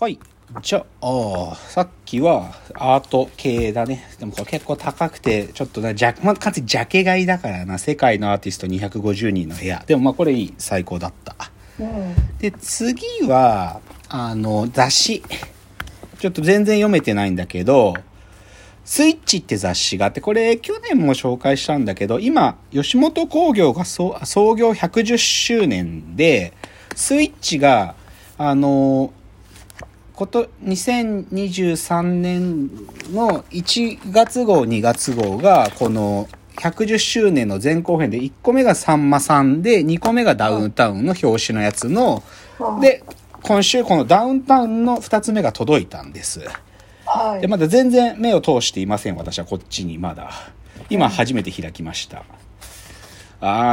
はい。じゃあ、さっきはアート系だね。でもこれ結構高くて、ちょっとね、完全にジャケ買いだからな。世界のアーティスト250人の部屋。でもまあこれいい。最高だった。で、次は、雑誌。ちょっと全然読めてないんだけど、スイッチって雑誌があって、これ去年も紹介したんだけど、今、吉本興業が創業110周年で、スイッチが、2023年の1月号2月号がこの110周年の前後編で、1個目がさんまさんで2個目がダウンタウンの表紙のやつので、今週このダウンタウンの2つ目が届いたんです。でまだ全然目を通していません。私はこっちにまだ今初めて開きました。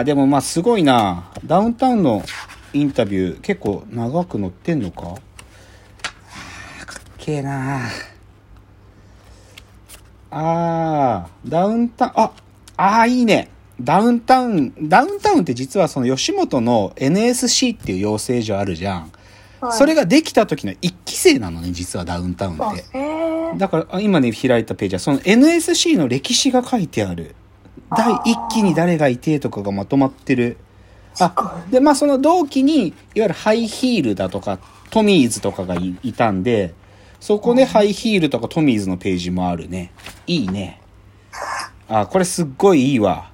でもまあすごいな。ダウンタウンのインタビュー結構長く載ってんのか。ダウンタウン、いいね。ダウンタウンって実はその吉本の NSC っていう養成所あるじゃん。それができた時の1期生なのね、実はダウンタウンって。だから今ね、開いたページはその NSC の歴史が書いてある。第1期に誰がいてとかがまとまってる。で、まあその同期に、いわゆるハイヒールだとか、トミーズとかが いたんで、そこでハイヒールとかトミーズのページもあるね。いいね。これすっごいいいわ。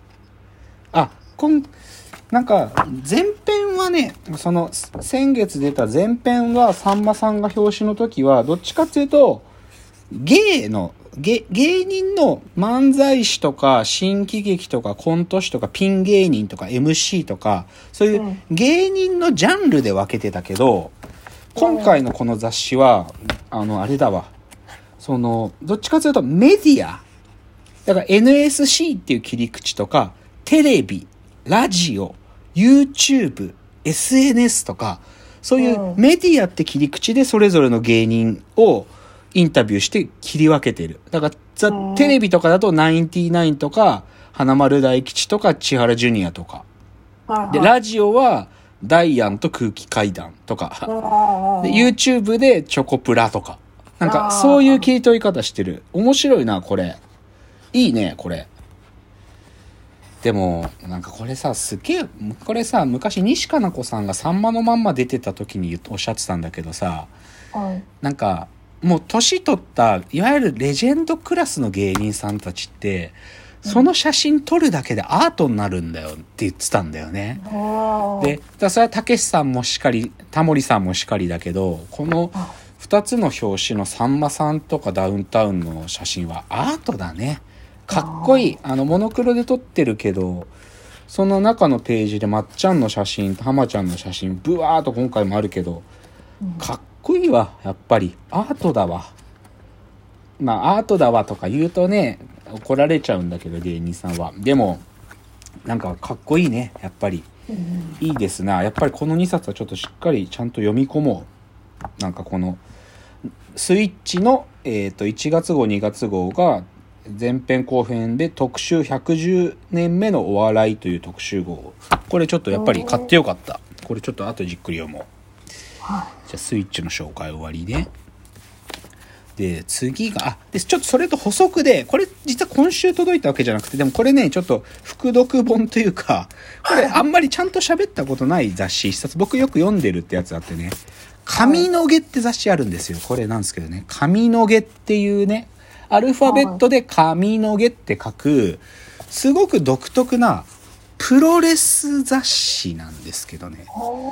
なんか、前編はね、その、先月出た前編は、さんまさんが表紙の時は、どっちかっていうと、芸人の漫才師とか、新喜劇とか、コント師とか、ピン芸人とか、MC とか、そういう芸人のジャンルで分けてたけど、今回のこの雑誌は、あれだわ。その、どっちかというとメディア。だから NSC っていう切り口とか、テレビ、ラジオ、YouTube、SNS とか、そういうメディアって切り口でそれぞれの芸人をインタビューして切り分けてる。だから、テレビとかだとナインティナインとか、花丸大吉とか、千原ジュニアとか。で、ラジオは、ダイアンと空気階段とかで YouTube でチョコプラとかなんかそういう切り取り方してる。面白いなこれ。いいねこれ。でもなんかこれさすげえ、これさ昔西加奈子さんがさんまのまんま出てた時におっしゃってたんだけどさ、なんかもう年取ったいわゆるレジェンドクラスの芸人さんたちってその写真撮るだけでアートになるんだよって言ってたんだよね。で、それはたけしさんもしかり、タモリさんもしかりだけど、この2つの表紙のさんまさんとかダウンタウンの写真はアートだね。かっこいい。モノクロで撮ってるけど、その中のページでまっちゃんの写真、たまちゃんの写真、ブワーっと今回もあるけど、かっこいいわ、やっぱり。アートだわ。まあ、アートだわとか言うとね、怒られちゃうんだけど芸人さんは。でもなんかかっこいいねやっぱり。いいですな。やっぱりこの2冊はちょっとしっかりちゃんと読み込もう。なんかこのスイッチの、1月号2月号が前編後編で特集110年目のお笑いという特集号。これちょっとやっぱり買ってよかった。これちょっと後じっくり読もう。じゃあスイッチの紹介終わりね。で、次が、で、ちょっとそれと補足で、これ実は今週届いたわけじゃなくて、でもこれね、ちょっと複読本というか、これあんまりちゃんと喋ったことない雑誌一冊、僕よく読んでるってやつあってね、髪の毛って雑誌あるんですよ。これなんですけどね、髪の毛っていうね、アルファベットで髪の毛って書く、すごく独特なプロレス雑誌なんですけどね。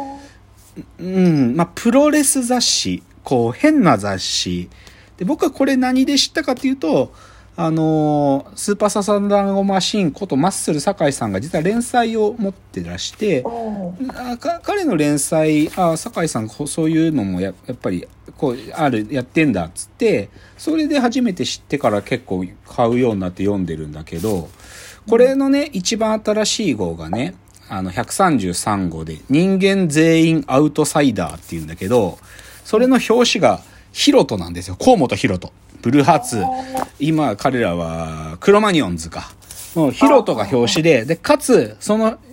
まあ、プロレス雑誌、こう変な雑誌、で僕はこれ何で知ったかというと、スーパーササダンゴマシンことマッスル酒井さんが実は連載を持ってらして、彼の連載、酒井さんそういうのもやっぱりこうやってんだっつって、それで初めて知ってから結構買うようになって読んでるんだけど、これのね、一番新しい号がね、133号で人間全員アウトサイダーっていうんだけど、それの表紙がヒロトなんですよ。河本ヒロト。ブルーハーツ。今、彼らは、クロマニオンズか。もうヒロトが表紙で、かつ、その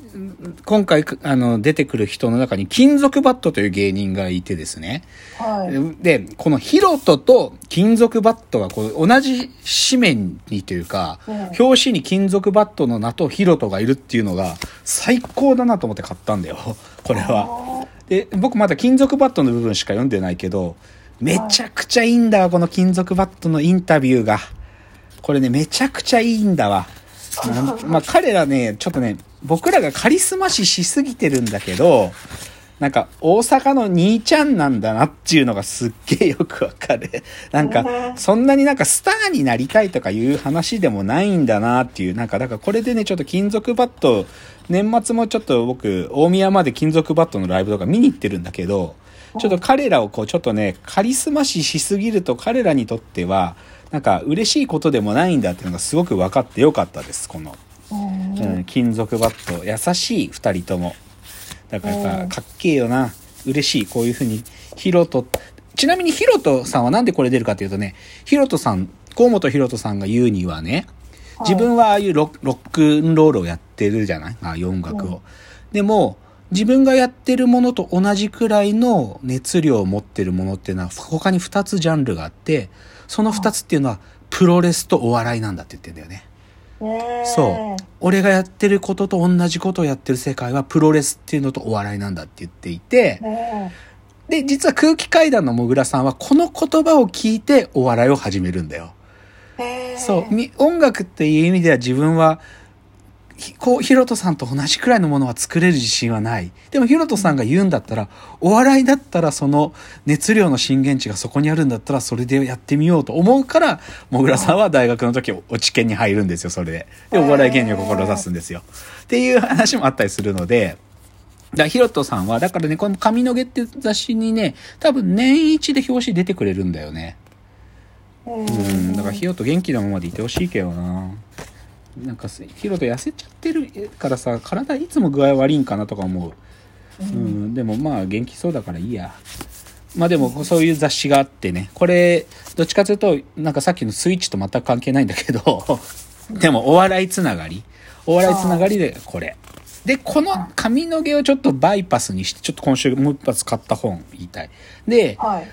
今回、出てくる人の中に金属バットという芸人がいてですね。 はい。 で、このヒロトと金属バットがこう同じ紙面にというか、表紙に金属バットの名とヒロトがいるっていうのが最高だなと思って買ったんだよ。これは。で、僕まだ金属バットの部分しか読んでないけど、めちゃくちゃいいんだわ、この金属バットのインタビューが。これね、めちゃくちゃいいんだわ。まあ彼らね、ちょっとね、僕らがカリスマ視しすぎてるんだけど、なんか大阪の兄ちゃんなんだなっていうのがすっげえよくわかる。なんかそんなになんかスターになりたいとかいう話でもないんだなっていう、なんかだからこれでね、ちょっと金属バット、年末もちょっと僕大宮まで金属バットのライブとか見に行ってるんだけど、ちょっと彼らをこうちょっとね、カリスマ視しすぎると彼らにとってはなんか嬉しいことでもないんだっていうのがすごく分かってよかったです。この、金属バット優しい2人ともだからやっぱかっけえよな、嬉しい。こういう風にヒロト、ちなみにヒロトさんはなんでこれ出るかというとね、ヒロトさん、河本ヒロトさんが言うにはね、自分はああいうロックンロールをやってるじゃない、ああいう音楽を、でも自分がやってるものと同じくらいの熱量を持ってるものっていうのは他に2つジャンルがあって、その2つっていうのはプロレスとお笑いなんだって言ってんだよね。そう。俺がやってることと同じことをやってる世界はプロレスっていうのとお笑いなんだって言っていて、で、実は空気階段のもぐらさんはこの言葉を聞いてお笑いを始めるんだよ。そう。音楽っていう意味では自分はヒロトさんと同じくらいのものは作れる自信はない。でもヒロトさんが言うんだったら、お笑いだったらその熱量の震源地がそこにあるんだったらそれでやってみようと思うから、もぐらさんは大学の時落ち研に入るんですよ、それで。で、お笑い芸人を志すんですよ。っていう話もあったりするので、ヒロトさんは、だからね、この髪の毛って雑誌にね、多分年一で表紙出てくれるんだよね。だからヒロト元気なままでいてほしいけどな。なんかヒロト痩せちゃってるからさ、体いつも具合悪いんかなとか思う。でもまあ元気そうだからいいや。まあでもそういう雑誌があってね、これどっちかというとなんかさっきのスイッチと全く関係ないんだけどでもお笑いつながりでこれで、この髪の毛をちょっとバイパスにして、ちょっと今週もう一発買った本言いたい。で、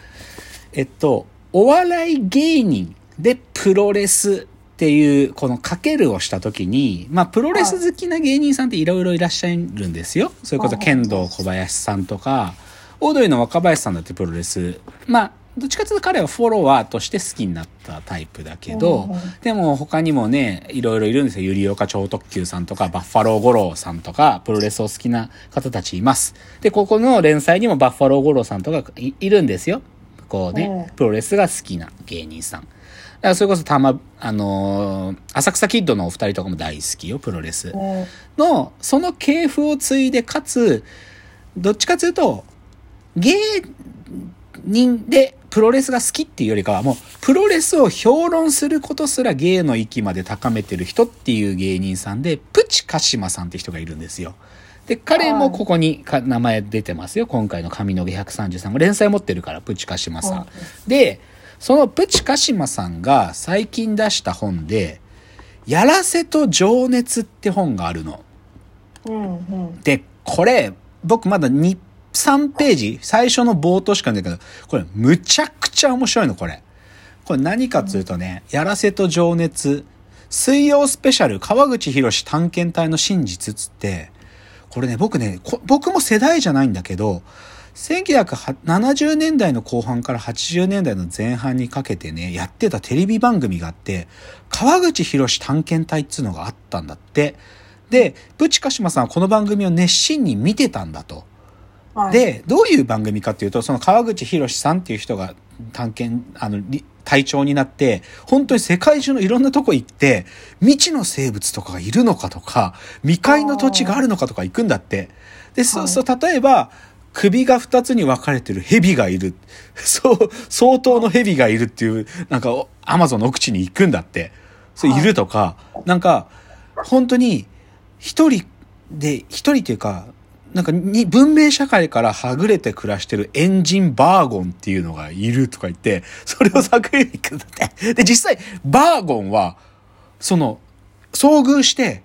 お笑い芸人でプロレスっていうこのかけるをしたときに、まあプロレス好きな芸人さんっていろいろいらっしゃるんですよ。それこそ剣道小林さんとか、オードリーの若林さんだってプロレス、まあどっちかというと彼はフォロワーとして好きになったタイプだけど、でも他にもね、いろいろいるんですよ。ゆりおか超特急さんとか、バッファロー五郎さんとか、プロレスを好きな方たちいます。で、ここの連載にもバッファロー五郎さんとか いるんですよ。こうね、プロレスが好きな芸人さん。だからそれこそ浅草キッドのお二人とかも大好きよ、プロレスのその系譜を継いで、かつどっちかというと芸人でプロレスが好きっていうよりかは、もうプロレスを評論することすら芸の域まで高めてる人っていう芸人さんで、プチカシマさんって人がいるんですよ。で、彼もここに名前出てますよ。今回の髪の毛133も連載持ってるから、プチカシマさんで、そのプチカシマさんが最近出した本で、やらせと情熱って本があるの。で、これ、僕まだ2、3ページ、最初の冒頭しかないけど、これむちゃくちゃ面白いの、これ。これ何かっていうとね、やらせと情熱、水曜スペシャル、川口博士探検隊の真実つって、これね、僕も世代じゃないんだけど、1970年代の後半から80年代の前半にかけてね、やってたテレビ番組があって、川口博士探検隊っていうのがあったんだって。で、プチカシマさんはこの番組を熱心に見てたんだと。で、どういう番組かっていうと、その川口博さんっていう人が隊長になって、本当に世界中のいろんなとこ行って、未知の生物とかがいるのかとか、未開の土地があるのかとか行くんだって。で、例えば、首が2つに分かれてる蛇がいる。相当の蛇がいるっていう、なんか、アマゾンの奥地に行くんだって。それいるとか、なんか、本当に、一人っていうか、なんか文明社会からはぐれて暮らしてるエンジンバーゴンっていうのがいるとか言って、それを探りに行くんだって。で、実際、バーゴンは、遭遇して、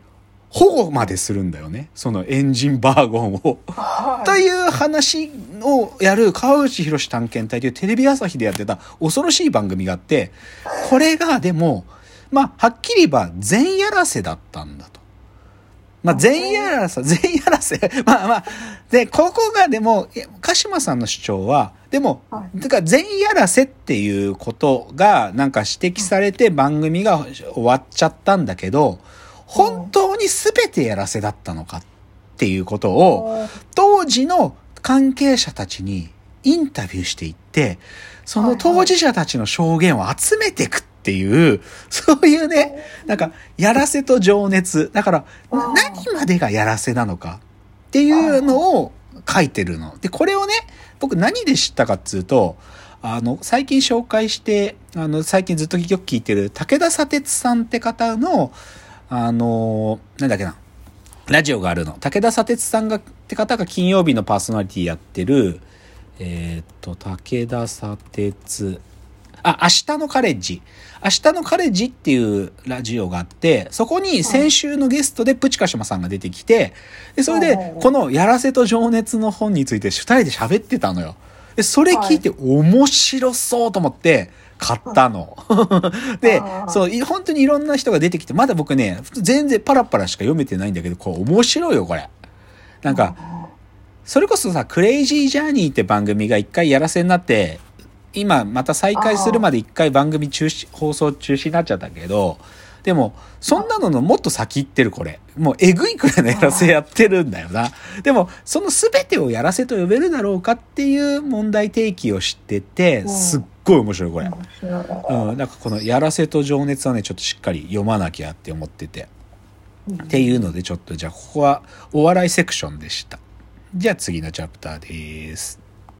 保護までするんだよね。そのエンジンバーゴンを。という話をやる川口博探検隊というテレビ朝日でやってた恐ろしい番組があって、これがでも、はっきり言えば全やらせだったんだと。全やらせ。で、ここがでも、鹿島さんの主張は、でも、てか全やらせっていうことがなんか指摘されて番組が終わっちゃったんだけど、本当に全てやらせだったのかっていうことを、当時の関係者たちにインタビューしていって、その当事者たちの証言を集めていくっていう、そういうね、なんか、やらせと情熱。だから、何までがやらせなのかっていうのを書いてるの。で、これをね、僕何で知ったかっつうと、最近紹介して、最近ずっとよく聞いてる武田砂鉄さんって方の、なんだっけな、ラジオがあるの。武田砂鉄さんって方が金曜日のパーソナリティやってる、武田砂鉄、明日のカレッジ。明日のカレッジっていうラジオがあって、そこに先週のゲストでプチカシマさんが出てきて、で、それで、このやらせと情熱の本について二人で喋ってたのよ。で、それ聞いて面白そうと思って、買ったの。で、そう、本当にいろんな人が出てきて、まだ僕ね、全然パラパラしか読めてないんだけど、これ面白いよ、これ。なんか、それこそさ、クレイジージャーニーって番組が一回やらせになって、今また再開するまで一回番組放送中止になっちゃったけど、でも、そんなのもっと先行ってる、これ。もうえぐいくらいのやらせやってるんだよな。でも、その全てをやらせと呼べるだろうかっていう問題提起をしてて、すっごい面白い、これ。なんかこのやらせと情熱はね、ちょっとしっかり読まなきゃって思ってて。っていうので、ちょっとじゃあ、ここはお笑いセクションでした。じゃあ次のチャプターです。